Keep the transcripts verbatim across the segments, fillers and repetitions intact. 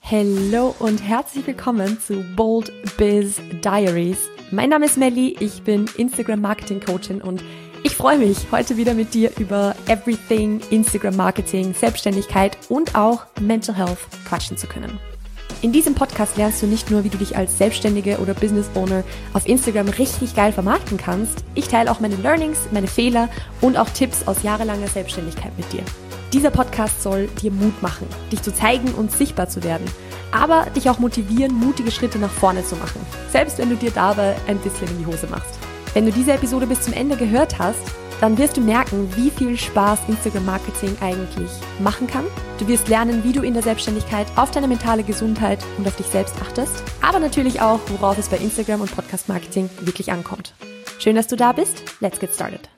Hallo und herzlich willkommen zu Bold Biz Diaries. Mein Name ist Melli, ich bin Instagram Marketing Coachin und ich freue mich, heute wieder mit dir über Everything Instagram Marketing, Selbstständigkeit und auch Mental Health quatschen zu können. In diesem Podcast lernst du nicht nur, wie du dich als Selbstständige oder Business Owner auf Instagram richtig geil vermarkten kannst. Ich teile auch meine Learnings, meine Fehler und auch Tipps aus jahrelanger Selbstständigkeit mit dir. Dieser Podcast soll dir Mut machen, dich zu zeigen und sichtbar zu werden, aber dich auch motivieren, mutige Schritte nach vorne zu machen, selbst wenn du dir dabei ein bisschen in die Hose machst. Wenn du diese Episode bis zum Ende gehört hast, dann wirst du merken, wie viel Spaß Instagram-Marketing eigentlich machen kann. Du wirst lernen, wie du in der Selbstständigkeit auf deine mentale Gesundheit und auf dich selbst achtest, aber natürlich auch, worauf es bei Instagram und Podcast-Marketing wirklich ankommt. Schön, dass du da bist. Let's get started.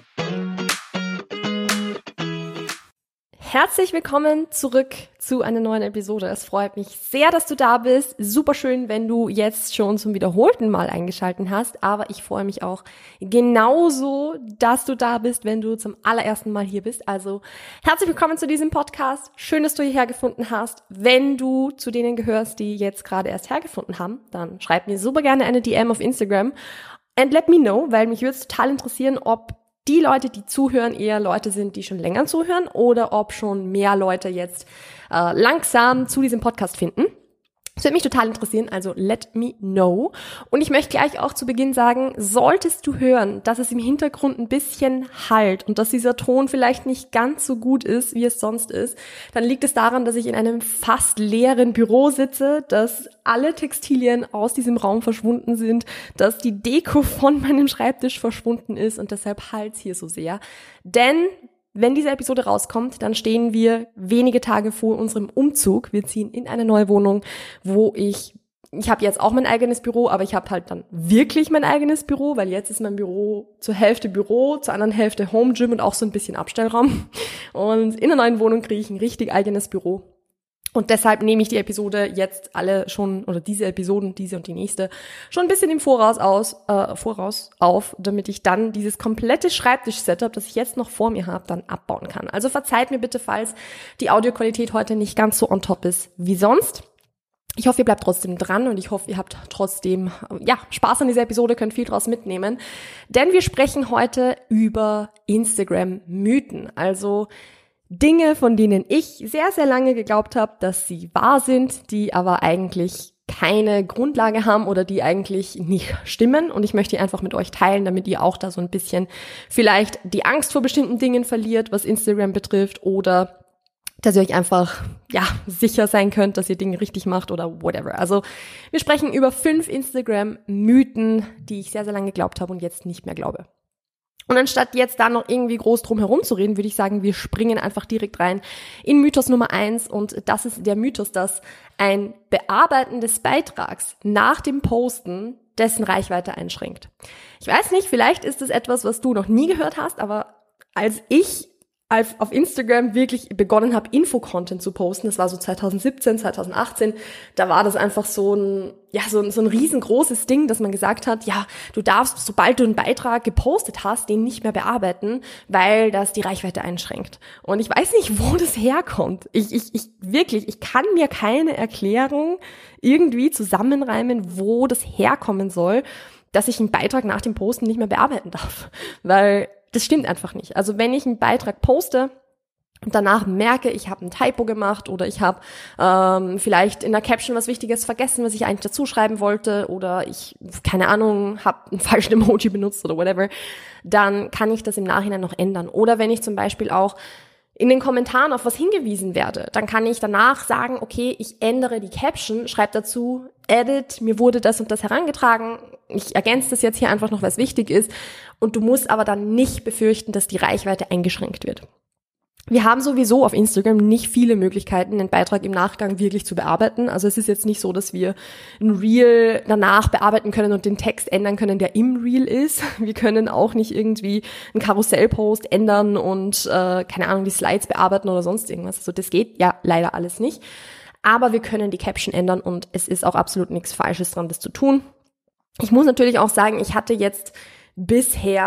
Herzlich willkommen zurück zu einer neuen Episode. Es freut mich sehr, dass du da bist. Super schön, wenn du jetzt schon zum wiederholten Mal eingeschaltet hast. Aber ich freue mich auch genauso, dass du da bist, wenn du zum allerersten Mal hier bist. Also herzlich willkommen zu diesem Podcast. Schön, dass du hierher gefunden hast. Wenn du zu denen gehörst, die jetzt gerade erst hergefunden haben, dann schreib mir super gerne eine D M auf Instagram and let me know, weil mich würde es total interessieren, ob die Leute, die zuhören, eher Leute sind, die schon länger zuhören oder ob schon mehr Leute jetzt äh, langsam zu diesem Podcast finden. Das würde mich total interessieren, also let me know. Und ich möchte gleich auch zu Beginn sagen, solltest du hören, dass es im Hintergrund ein bisschen hallt und dass dieser Ton vielleicht nicht ganz so gut ist, wie es sonst ist, dann liegt es daran, dass ich in einem fast leeren Büro sitze, dass alle Textilien aus diesem Raum verschwunden sind, dass die Deko von meinem Schreibtisch verschwunden ist und deshalb hallt es hier so sehr. Denn wenn diese Episode rauskommt, dann stehen wir wenige Tage vor unserem Umzug. Wir ziehen in eine neue Wohnung, wo ich, ich habe jetzt auch mein eigenes Büro, aber ich habe halt dann wirklich mein eigenes Büro, weil jetzt ist mein Büro zur Hälfte Büro, zur anderen Hälfte Home Gym und auch so ein bisschen Abstellraum. Und in der neuen Wohnung kriege ich ein richtig eigenes Büro. Und deshalb nehme ich die Episode jetzt alle schon, oder diese Episoden, diese und die nächste, schon ein bisschen im Voraus aus, äh, voraus auf, damit ich dann dieses komplette Schreibtisch-Setup, das ich jetzt noch vor mir habe, dann abbauen kann. Also verzeiht mir bitte, falls die Audioqualität heute nicht ganz so on top ist wie sonst. Ich hoffe, ihr bleibt trotzdem dran und ich hoffe, ihr habt trotzdem, ja, Spaß an dieser Episode, könnt viel draus mitnehmen. Denn wir sprechen heute über Instagram-Mythen, also Dinge, von denen ich sehr, sehr lange geglaubt habe, dass sie wahr sind, die aber eigentlich keine Grundlage haben oder die eigentlich nicht stimmen. Und ich möchte die einfach mit euch teilen, damit ihr auch da so ein bisschen vielleicht die Angst vor bestimmten Dingen verliert, was Instagram betrifft, oder dass ihr euch einfach, ja, sicher sein könnt, dass ihr Dinge richtig macht oder whatever. Also wir sprechen über fünf Instagram-Mythen, die ich sehr, sehr lange geglaubt habe und jetzt nicht mehr glaube. Und anstatt jetzt da noch irgendwie groß drum herum zu reden, würde ich sagen, wir springen einfach direkt rein in Mythos Nummer eins. Und das ist der Mythos, dass ein Bearbeiten des Beitrags nach dem Posten dessen Reichweite einschränkt. Ich weiß nicht, vielleicht ist es etwas, was du noch nie gehört hast, aber als ich auf Instagram wirklich begonnen habe, Info-Content zu posten, das war so zwanzig siebzehn, zwanzig achtzehn, da war das einfach so ein, ja, so ein, so ein riesengroßes Ding, dass man gesagt hat, ja, du darfst, sobald du einen Beitrag gepostet hast, den nicht mehr bearbeiten, weil das die Reichweite einschränkt. Und ich weiß nicht, wo das herkommt. Ich, ich, ich, wirklich, ich kann mir keine Erklärung irgendwie zusammenreimen, wo das herkommen soll, dass ich einen Beitrag nach dem Posten nicht mehr bearbeiten darf. Weil das stimmt einfach nicht. Also wenn ich einen Beitrag poste und danach merke, ich habe ein Typo gemacht oder ich habe ähm, vielleicht in der Caption was Wichtiges vergessen, was ich eigentlich dazu schreiben wollte, oder ich, keine Ahnung, habe einen falschen Emoji benutzt oder whatever, dann kann ich das im Nachhinein noch ändern. Oder wenn ich zum Beispiel auch in den Kommentaren auf was hingewiesen werde, dann kann ich danach sagen, okay, ich ändere die Caption, schreibe dazu, edit, mir wurde das und das herangetragen, ich ergänze das jetzt hier einfach noch, was wichtig ist, und du musst aber dann nicht befürchten, dass die Reichweite eingeschränkt wird. Wir haben sowieso auf Instagram nicht viele Möglichkeiten, den Beitrag im Nachgang wirklich zu bearbeiten. Also es ist jetzt nicht so, dass wir ein Reel danach bearbeiten können und den Text ändern können, der im Reel ist. Wir können auch nicht irgendwie einen Karussellpost ändern und, äh, keine Ahnung, die Slides bearbeiten oder sonst irgendwas. Also das geht ja leider alles nicht. Aber wir können die Caption ändern und es ist auch absolut nichts Falsches dran, das zu tun. Ich muss natürlich auch sagen, ich hatte jetzt bisher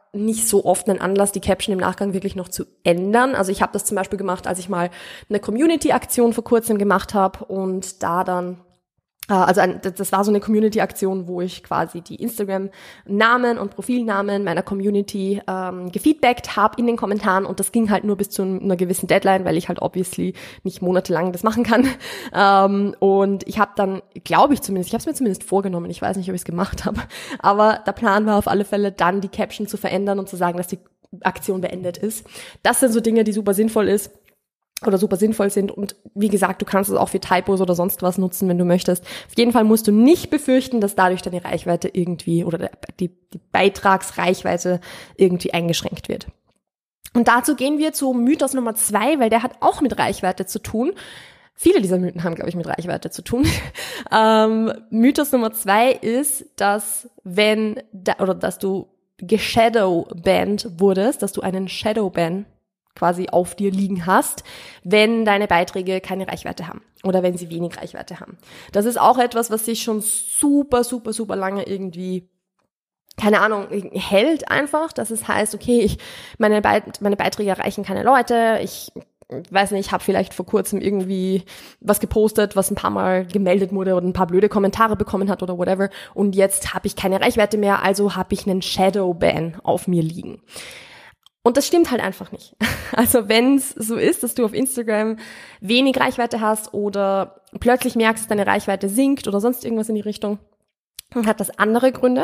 nicht so oft einen Anlass, die Caption im Nachgang wirklich noch zu ändern. Also ich habe das zum Beispiel gemacht, als ich mal eine Community-Aktion vor kurzem gemacht habe und da dann Also ein, das war so eine Community-Aktion, wo ich quasi die Instagram-Namen und Profilnamen meiner Community ähm, gefeedbackt habe in den Kommentaren und das ging halt nur bis zu einer gewissen Deadline, weil ich halt obviously nicht monatelang das machen kann. Ähm, und ich habe dann, glaube ich zumindest, ich habe es mir zumindest vorgenommen, ich weiß nicht, ob ich es gemacht habe, aber der Plan war auf alle Fälle dann, die Caption zu verändern und zu sagen, dass die Aktion beendet ist. Das sind so Dinge, die super sinnvoll ist. oder super sinnvoll sind und wie gesagt, du kannst es auch für Typos oder sonst was nutzen, wenn du möchtest. Auf jeden Fall musst du nicht befürchten, dass dadurch deine Reichweite irgendwie oder die, die Beitragsreichweite irgendwie eingeschränkt wird. Und dazu gehen wir zu Mythos Nummer zwei, weil der hat auch mit Reichweite zu tun. Viele dieser Mythen haben, glaube ich, mit Reichweite zu tun. ähm, Mythos Nummer zwei ist, dass wenn da, oder dass du geshadowbanned wurdest, dass du einen Shadowban quasi auf dir liegen hast, wenn deine Beiträge keine Reichweite haben oder wenn sie wenig Reichweite haben. Das ist auch etwas, was sich schon super, super, super lange irgendwie, keine Ahnung, hält einfach, dass es heißt, okay, ich meine, Beit- meine Beiträge erreichen keine Leute, ich weiß nicht, ich habe vielleicht vor kurzem irgendwie was gepostet, was ein paar Mal gemeldet wurde oder ein paar blöde Kommentare bekommen hat oder whatever und jetzt habe ich keine Reichweite mehr, also habe ich einen Shadowban auf mir liegen. Und das stimmt halt einfach nicht. Also wenn es so ist, dass du auf Instagram wenig Reichweite hast oder plötzlich merkst, dass deine Reichweite sinkt oder sonst irgendwas in die Richtung, dann hat das andere Gründe.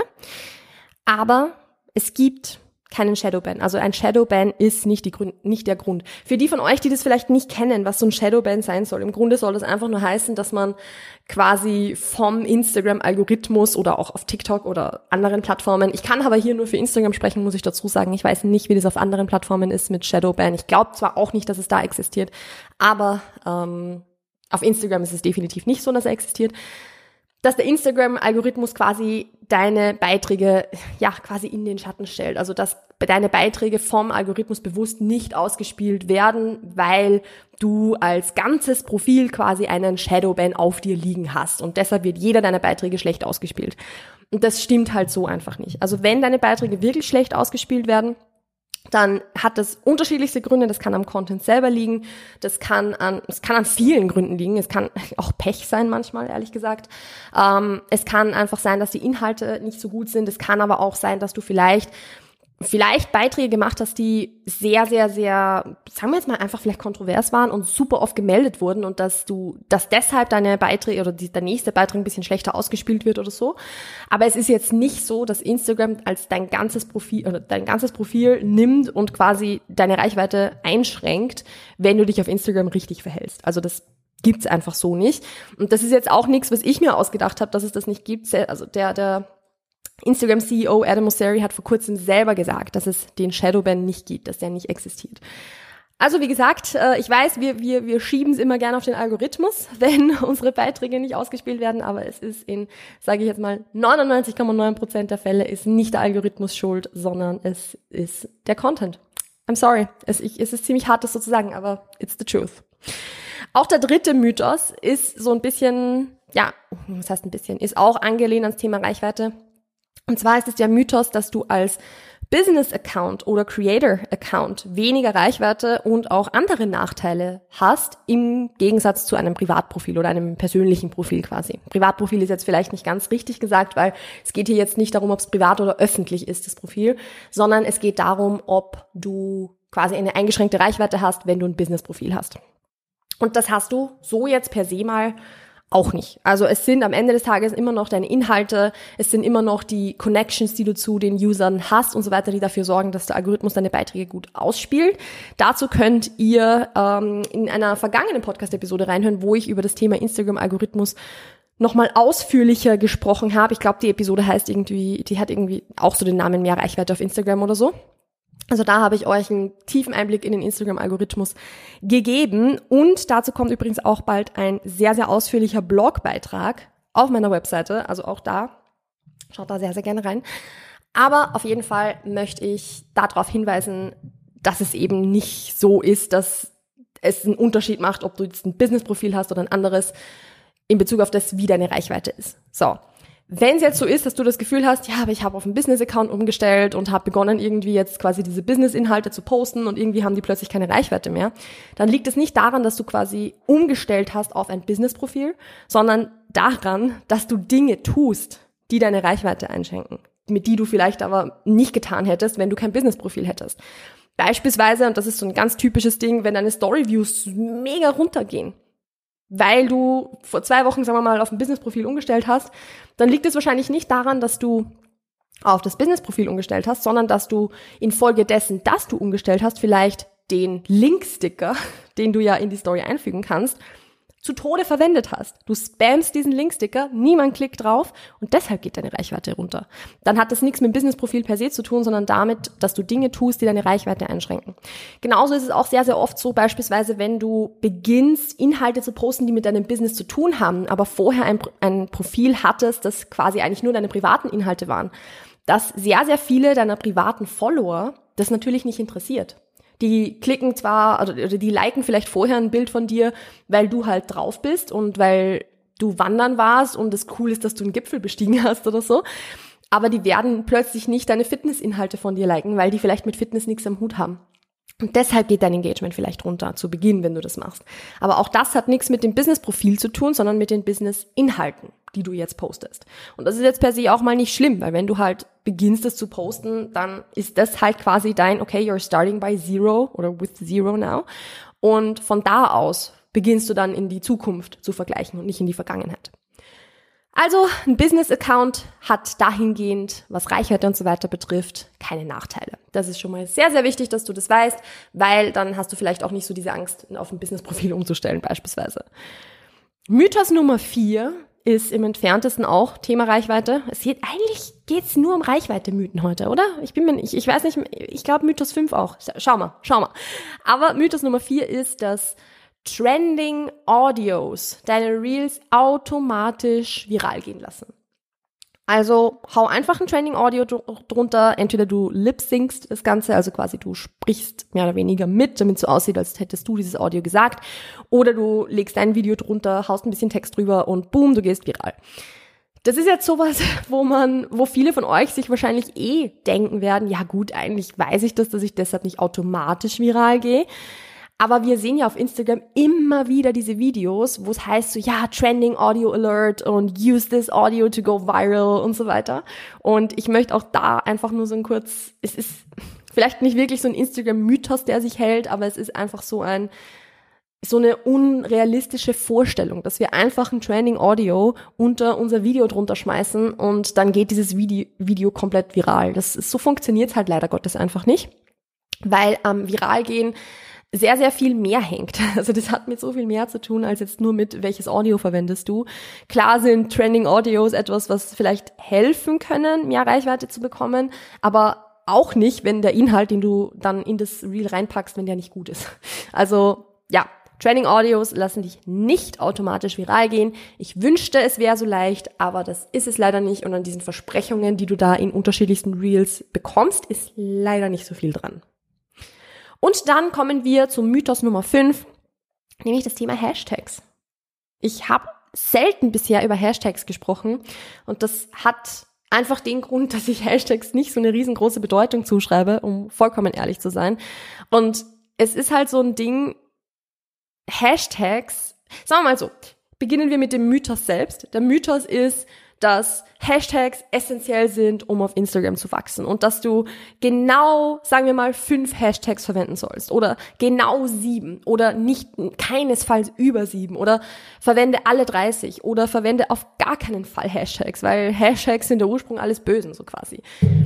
Aber es gibt keinen Shadowban. Also ein Shadowban ist nicht, die Grund, nicht der Grund. Für die von euch, die das vielleicht nicht kennen, was so ein Shadowban sein soll, im Grunde soll das einfach nur heißen, dass man quasi vom Instagram-Algorithmus oder auch auf TikTok oder anderen Plattformen, ich kann aber hier nur für Instagram sprechen, muss ich dazu sagen, ich weiß nicht, wie das auf anderen Plattformen ist mit Shadowban. Ich glaube zwar auch nicht, dass es da existiert, aber ähm, auf Instagram ist es definitiv nicht so, dass er existiert, dass der Instagram-Algorithmus quasi deine Beiträge ja quasi in den Schatten stellt. Also dass deine Beiträge vom Algorithmus bewusst nicht ausgespielt werden, weil du als ganzes Profil quasi einen Shadowban auf dir liegen hast. Und deshalb wird jeder deiner Beiträge schlecht ausgespielt. Und das stimmt halt so einfach nicht. Also wenn deine Beiträge wirklich schlecht ausgespielt werden, dann hat das unterschiedlichste Gründe. Das kann am Content selber liegen, das kann an, es kann an vielen Gründen liegen. Es kann auch Pech sein manchmal, ehrlich gesagt. Ähm, es kann einfach sein, dass die Inhalte nicht so gut sind. Es kann aber auch sein, dass du vielleicht vielleicht Beiträge gemacht hast, die sehr, sehr, sehr, sagen wir jetzt mal einfach vielleicht kontrovers waren und super oft gemeldet wurden und dass du, dass deshalb deine Beiträge oder die, der nächste Beitrag ein bisschen schlechter ausgespielt wird oder so. Aber es ist jetzt nicht so, dass Instagram als dein ganzes Profil oder dein ganzes Profil nimmt und quasi deine Reichweite einschränkt, wenn du dich auf Instagram richtig verhältst. Also das gibt's einfach so nicht. Und das ist jetzt auch nichts, was ich mir ausgedacht habe, dass es das nicht gibt. Also der, der Instagram-C E O Adam Mosseri hat vor kurzem selber gesagt, dass es den Shadowban nicht gibt, dass der nicht existiert. Also wie gesagt, ich weiß, wir wir wir schieben es immer gerne auf den Algorithmus, wenn unsere Beiträge nicht ausgespielt werden, aber es ist in, sage ich jetzt mal, neunundneunzig Komma neun Prozent der Fälle ist nicht der Algorithmus schuld, sondern es ist der Content. I'm sorry, es, ich, es ist ziemlich hart, das so zu sagen, aber it's the truth. Auch der dritte Mythos ist so ein bisschen, ja, was heißt ein bisschen, ist auch angelehnt ans Thema Reichweite. Und zwar ist es der Mythos, dass du als Business-Account oder Creator-Account weniger Reichweite und auch andere Nachteile hast im Gegensatz zu einem Privatprofil oder einem persönlichen Profil quasi. Privatprofil ist jetzt vielleicht nicht ganz richtig gesagt, weil es geht hier jetzt nicht darum, ob es privat oder öffentlich ist, das Profil, sondern es geht darum, ob du quasi eine eingeschränkte Reichweite hast, wenn du ein Business-Profil hast. Und das hast du so jetzt per se mal auch nicht. Also es sind am Ende des Tages immer noch deine Inhalte, es sind immer noch die Connections, die du zu den Usern hast und so weiter, die dafür sorgen, dass der Algorithmus deine Beiträge gut ausspielt. Dazu könnt ihr ähm, in einer vergangenen Podcast-Episode reinhören, wo ich über das Thema Instagram-Algorithmus nochmal ausführlicher gesprochen habe. Ich glaube, die Episode heißt irgendwie, die hat irgendwie auch so den Namen mehr Reichweite auf Instagram oder so. Also da habe ich euch einen tiefen Einblick in den Instagram-Algorithmus gegeben und dazu kommt übrigens auch bald ein sehr, sehr ausführlicher Blogbeitrag auf meiner Webseite, also auch da, schaut da sehr, sehr gerne rein. Aber auf jeden Fall möchte ich darauf hinweisen, dass es eben nicht so ist, dass es einen Unterschied macht, ob du jetzt ein Business-Profil hast oder ein anderes in Bezug auf das, wie deine Reichweite ist. So. Wenn es jetzt so ist, dass du das Gefühl hast, ja, aber ich habe auf einen Business-Account umgestellt und habe begonnen, irgendwie jetzt quasi diese Business-Inhalte zu posten und irgendwie haben die plötzlich keine Reichweite mehr, dann liegt es nicht daran, dass du quasi umgestellt hast auf ein Business-Profil, sondern daran, dass du Dinge tust, die deine Reichweite einschränken, mit die du vielleicht aber nicht getan hättest, wenn du kein Business-Profil hättest. Beispielsweise, und das ist so ein ganz typisches Ding, wenn deine Story-Views mega runtergehen, weil du vor zwei Wochen, sagen wir mal, auf ein Business-Profil umgestellt hast, dann liegt es wahrscheinlich nicht daran, dass du auf das Business-Profil umgestellt hast, sondern dass du infolgedessen, dass du umgestellt hast, vielleicht den Linksticker, den du ja in die Story einfügen kannst, zu Tode verwendet hast. Du spammst diesen Linksticker, niemand klickt drauf und deshalb geht deine Reichweite runter. Dann hat das nichts mit dem Businessprofil per se zu tun, sondern damit, dass du Dinge tust, die deine Reichweite einschränken. Genauso ist es auch sehr, sehr oft so, beispielsweise, wenn du beginnst, Inhalte zu posten, die mit deinem Business zu tun haben, aber vorher ein, ein Profil hattest, das quasi eigentlich nur deine privaten Inhalte waren, dass sehr, sehr viele deiner privaten Follower das natürlich nicht interessiert. Die klicken zwar, oder die liken vielleicht vorher ein Bild von dir, weil du halt drauf bist und weil du wandern warst und es cool ist, dass du einen Gipfel bestiegen hast oder so. Aber die werden plötzlich nicht deine Fitnessinhalte von dir liken, weil die vielleicht mit Fitness nichts am Hut haben. Und deshalb geht dein Engagement vielleicht runter zu Beginn, wenn du das machst. Aber auch das hat nichts mit dem Business-Profil zu tun, sondern mit den Business-Inhalten, die du jetzt postest. Und das ist jetzt per se auch mal nicht schlimm, weil wenn du halt beginnst, das zu posten, dann ist das halt quasi dein, okay, you're starting by zero oder with zero now. Und von da aus beginnst du dann in die Zukunft zu vergleichen und nicht in die Vergangenheit. Also ein Business-Account hat dahingehend, was Reichweite und so weiter betrifft, keine Nachteile. Das ist schon mal sehr, sehr wichtig, dass du das weißt, weil dann hast du vielleicht auch nicht so diese Angst, auf ein Business-Profil umzustellen beispielsweise. Mythos Nummer vier ist im Entferntesten auch Thema Reichweite. Es geht, eigentlich geht's nur um Reichweite-Mythen heute, oder? Ich bin mir nicht, ich weiß nicht, ich glaube Mythos fünf auch. Schau mal, schau mal. Aber Mythos Nummer vier ist, dass Trending Audios deine Reels automatisch viral gehen lassen. Also hau einfach ein Trending Audio drunter, entweder du lip-syncst das Ganze, also quasi du sprichst mehr oder weniger mit, damit es so aussieht, als hättest du dieses Audio gesagt, oder du legst ein Video drunter, haust ein bisschen Text drüber und boom, du gehst viral. Das ist jetzt sowas, wo man, wo viele von euch sich wahrscheinlich eh denken werden, ja gut, eigentlich weiß ich das, dass ich deshalb nicht automatisch viral gehe. Aber wir sehen ja auf Instagram immer wieder diese Videos, wo es heißt so, ja, Trending Audio Alert und use this audio to go viral und so weiter. Und ich möchte auch da einfach nur so ein kurz, es ist vielleicht nicht wirklich so ein Instagram-Mythos, der sich hält, aber es ist einfach so ein, so eine unrealistische Vorstellung, dass wir einfach ein Trending Audio unter unser Video drunter schmeißen und dann geht dieses Video, Video komplett viral. Das ist, so funktioniert es halt leider Gottes einfach nicht, weil am ähm, viral gehen sehr, sehr viel mehr hängt. Also das hat mit so viel mehr zu tun, als jetzt nur mit, welches Audio verwendest du. Klar sind Trending Audios etwas, was vielleicht helfen können, mehr Reichweite zu bekommen, aber auch nicht, wenn der Inhalt, den du dann in das Reel reinpackst, wenn der nicht gut ist. Also ja, Trending Audios lassen dich nicht automatisch viral gehen. Ich wünschte, es wäre so leicht, aber das ist es leider nicht. Und an diesen Versprechungen, die du da in unterschiedlichsten Reels bekommst, ist leider nicht so viel dran. Und dann kommen wir zum Mythos Nummer fünf, nämlich das Thema Hashtags. Ich habe selten bisher über Hashtags gesprochen und das hat einfach den Grund, dass ich Hashtags nicht so eine riesengroße Bedeutung zuschreibe, um vollkommen ehrlich zu sein. Und es ist halt so ein Ding, Hashtags, sagen wir mal so, beginnen wir mit dem Mythos selbst. Der Mythos ist, dass Hashtags essentiell sind, um auf Instagram zu wachsen und dass du genau, sagen wir mal, fünf Hashtags verwenden sollst oder genau sieben oder nicht, keinesfalls über sieben oder verwende alle dreißig oder verwende auf gar keinen Fall Hashtags, weil Hashtags sind der Ursprung alles Bösen, so quasi.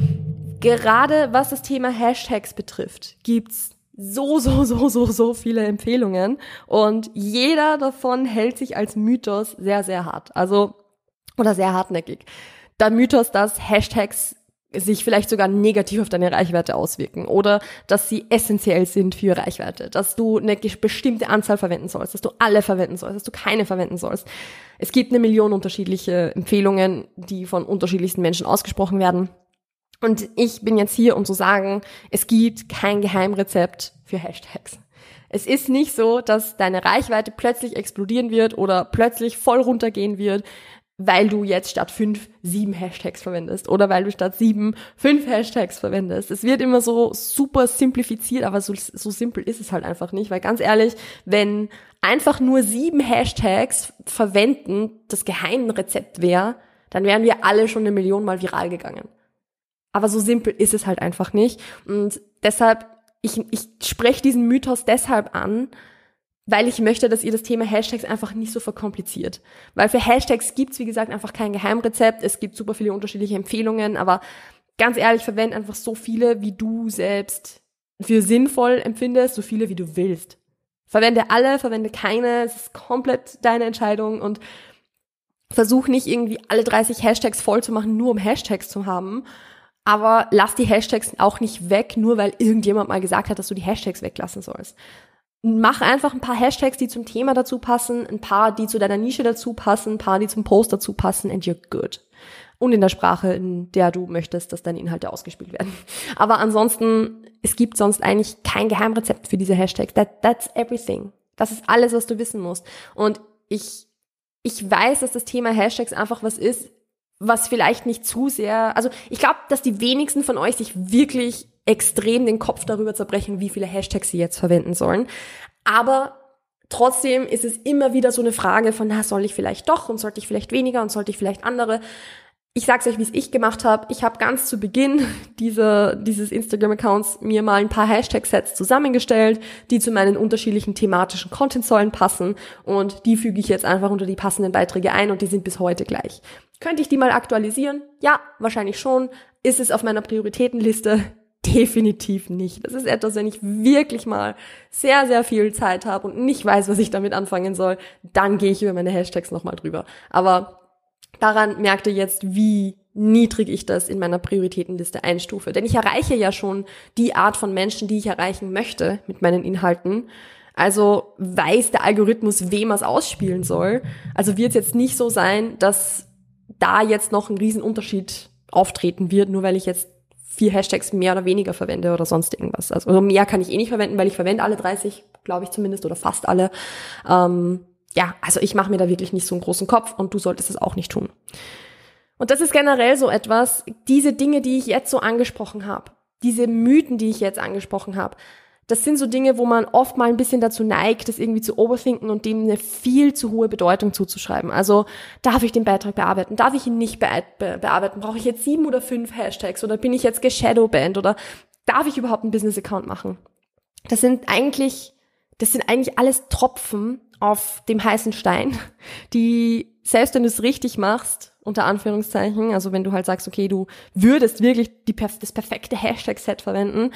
Gerade was das Thema Hashtags betrifft, gibt's so, so, so, so, so viele Empfehlungen und jeder davon hält sich als Mythos sehr, sehr hart. Also oder sehr hartnäckig. Der Mythos, dass Hashtags sich vielleicht sogar negativ auf deine Reichweite auswirken oder dass sie essentiell sind für Reichweite, dass du eine bestimmte Anzahl verwenden sollst, dass du alle verwenden sollst, dass du keine verwenden sollst. Es gibt eine Million unterschiedliche Empfehlungen, die von unterschiedlichsten Menschen ausgesprochen werden. Und ich bin jetzt hier, um zu sagen, es gibt kein Geheimrezept für Hashtags. Es ist nicht so, dass deine Reichweite plötzlich explodieren wird oder plötzlich voll runtergehen wird, weil du jetzt statt fünf, sieben Hashtags verwendest oder weil du statt sieben, fünf Hashtags verwendest. Es wird immer so super simplifiziert, aber so, so simpel ist es halt einfach nicht, weil ganz ehrlich, wenn einfach nur sieben Hashtags verwenden das Geheimrezept wäre, dann wären wir alle schon eine Million Mal viral gegangen. Aber so simpel ist es halt einfach nicht und deshalb, ich, ich spreche diesen Mythos deshalb an, weil ich möchte, dass ihr das Thema Hashtags einfach nicht so verkompliziert. Weil für Hashtags gibt's wie gesagt, einfach kein Geheimrezept. Es gibt super viele unterschiedliche Empfehlungen, aber ganz ehrlich, verwende einfach so viele, wie du selbst für sinnvoll empfindest, so viele, wie du willst. Verwende alle, verwende keine, es ist komplett deine Entscheidung und versuch nicht irgendwie alle dreißig Hashtags voll zu machen, nur um Hashtags zu haben. Aber lass die Hashtags auch nicht weg, nur weil irgendjemand mal gesagt hat, dass du die Hashtags weglassen sollst. Mach einfach ein paar Hashtags, die zum Thema dazu passen, ein paar, die zu deiner Nische dazu passen, ein paar, die zum Post dazu passen and you're good. Und in der Sprache, in der du möchtest, dass deine Inhalte ausgespielt werden. Aber ansonsten, es gibt sonst eigentlich kein Geheimrezept für diese Hashtags. That, that's everything. Das ist alles, was du wissen musst. Und ich, ich weiß, dass das Thema Hashtags einfach was ist, was vielleicht nicht zu sehr, also ich glaube, dass die wenigsten von euch sich wirklich extrem den Kopf darüber zerbrechen, wie viele Hashtags sie jetzt verwenden sollen. Aber trotzdem ist es immer wieder so eine Frage von, na, soll ich vielleicht doch und sollte ich vielleicht weniger und sollte ich vielleicht andere? Ich sag's euch, wie es ich gemacht habe. Ich habe ganz zu Beginn dieser, dieses Instagram-Accounts mir mal ein paar Hashtag-Sets zusammengestellt, die zu meinen unterschiedlichen thematischen Content-Säulen passen und die füge ich jetzt einfach unter die passenden Beiträge ein und die sind bis heute gleich. Könnte ich die mal aktualisieren? Ja, wahrscheinlich schon. Ist es auf meiner Prioritätenliste? Definitiv nicht. Das ist etwas, wenn ich wirklich mal sehr, sehr viel Zeit habe und nicht weiß, was ich damit anfangen soll, dann gehe ich über meine Hashtags nochmal drüber. Aber daran merkt ihr jetzt, wie niedrig ich das in meiner Prioritätenliste einstufe. Denn ich erreiche ja schon die Art von Menschen, die ich erreichen möchte mit meinen Inhalten. Also weiß der Algorithmus, wem er es ausspielen soll. Also wird es jetzt nicht so sein, dass da jetzt noch ein Riesenunterschied auftreten wird, nur weil ich jetzt vier Hashtags mehr oder weniger verwende oder sonst irgendwas. Also mehr kann ich eh nicht verwenden, weil ich verwende alle dreißig, glaube ich zumindest, oder fast alle. Ähm, ja, also ich mache mir da wirklich nicht so einen großen Kopf und du solltest es auch nicht tun. Und das ist generell so etwas, diese Dinge, die ich jetzt so angesprochen habe, diese Mythen, die ich jetzt angesprochen habe, das sind so Dinge, wo man oft mal ein bisschen dazu neigt, das irgendwie zu overthinken und dem eine viel zu hohe Bedeutung zuzuschreiben. Also darf ich den Beitrag bearbeiten? Darf ich ihn nicht be- be- bearbeiten? Brauche ich jetzt sieben oder fünf Hashtags? Oder bin ich jetzt geshadowbanned? Oder darf ich überhaupt einen Business-Account machen? Das sind eigentlich, das sind eigentlich alles Tropfen auf dem heißen Stein, die, selbst wenn du es richtig machst, unter Anführungszeichen, also wenn du halt sagst, okay, du würdest wirklich die, das perfekte Hashtag-Set verwenden,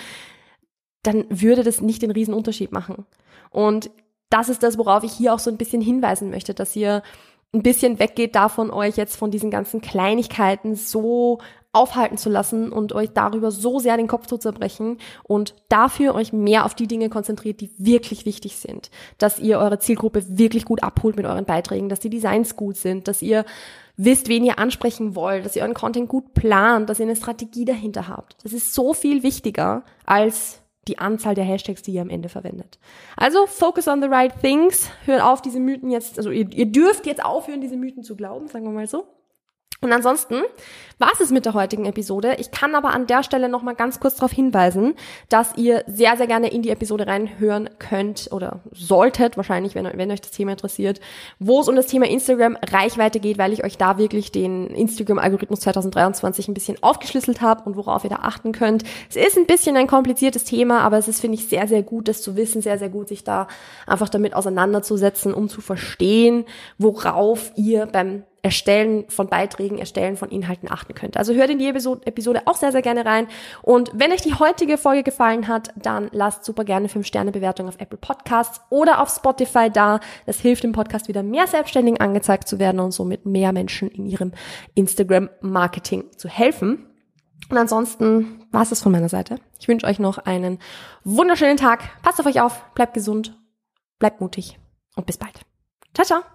dann würde das nicht den riesen Unterschied machen. Und das ist das, worauf ich hier auch so ein bisschen hinweisen möchte, dass ihr ein bisschen weggeht davon, euch jetzt von diesen ganzen Kleinigkeiten so aufhalten zu lassen und euch darüber so sehr den Kopf zu zerbrechen und dafür euch mehr auf die Dinge konzentriert, die wirklich wichtig sind. Dass ihr eure Zielgruppe wirklich gut abholt mit euren Beiträgen, dass die Designs gut sind, dass ihr wisst, wen ihr ansprechen wollt, dass ihr euren Content gut plant, dass ihr eine Strategie dahinter habt. Das ist so viel wichtiger als die Anzahl der Hashtags, die ihr am Ende verwendet. Also, focus on the right things. Hört auf, diese Mythen jetzt, also ihr, ihr dürft jetzt aufhören, diese Mythen zu glauben, sagen wir mal so. Und ansonsten war es mit der heutigen Episode. Ich kann aber an der Stelle noch mal ganz kurz darauf hinweisen, dass ihr sehr, sehr gerne in die Episode reinhören könnt oder solltet, wahrscheinlich, wenn, wenn euch das Thema interessiert, wo es um das Thema Instagram-Reichweite geht, weil ich euch da wirklich den Instagram-Algorithmus zwanzig dreiundzwanzig ein bisschen aufgeschlüsselt habe und worauf ihr da achten könnt. Es ist ein bisschen ein kompliziertes Thema, aber es ist, finde ich, sehr, sehr gut, das zu wissen, sehr, sehr gut, sich da einfach damit auseinanderzusetzen, um zu verstehen, worauf ihr beim Erstellen von Beiträgen, Erstellen von Inhalten achten könnt. Also hört in die Episode auch sehr, sehr gerne rein. Und wenn euch die heutige Folge gefallen hat, dann lasst super gerne fünf Sterne Bewertung auf Apple Podcasts oder auf Spotify da. Das hilft dem Podcast wieder mehr Selbstständigen angezeigt zu werden und somit mehr Menschen in ihrem Instagram-Marketing zu helfen. Und ansonsten war es das von meiner Seite. Ich wünsche euch noch einen wunderschönen Tag. Passt auf euch auf, bleibt gesund, bleibt mutig und bis bald. Ciao, ciao.